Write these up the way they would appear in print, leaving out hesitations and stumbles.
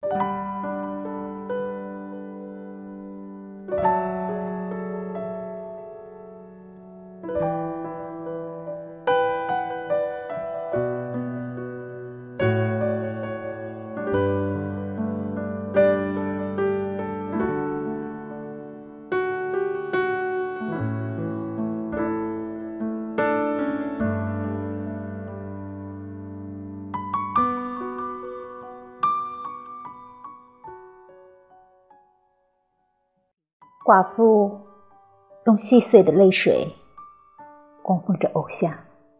寡妇用细碎的泪水供奉着偶像，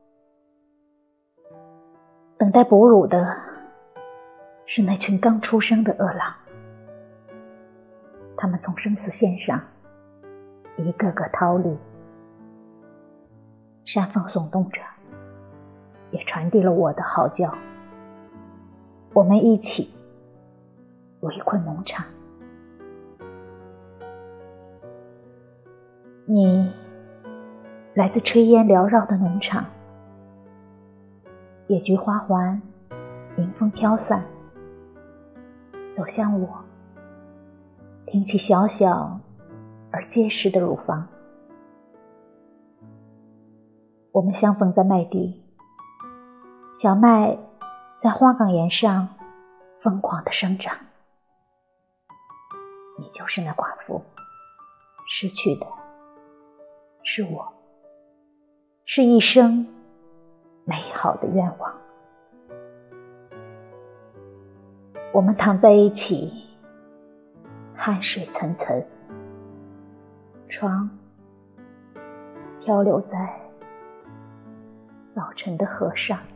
等待哺乳的是那群刚出生的饿狼，他们从生死线上一个个逃离。山风耸动着，也传递了我的嚎叫。我们一起围困农场。你来自炊烟缭绕的农场，野菊花环，迎风飘散，走向我，挺起小小而结实的乳房。我们相逢在麦地，小麦在花岗岩上疯狂地生长。你就是那寡妇，失去的是我，是一生美好的愿望。我们躺在一起，汗水涔涔，床漂流在早晨的河上。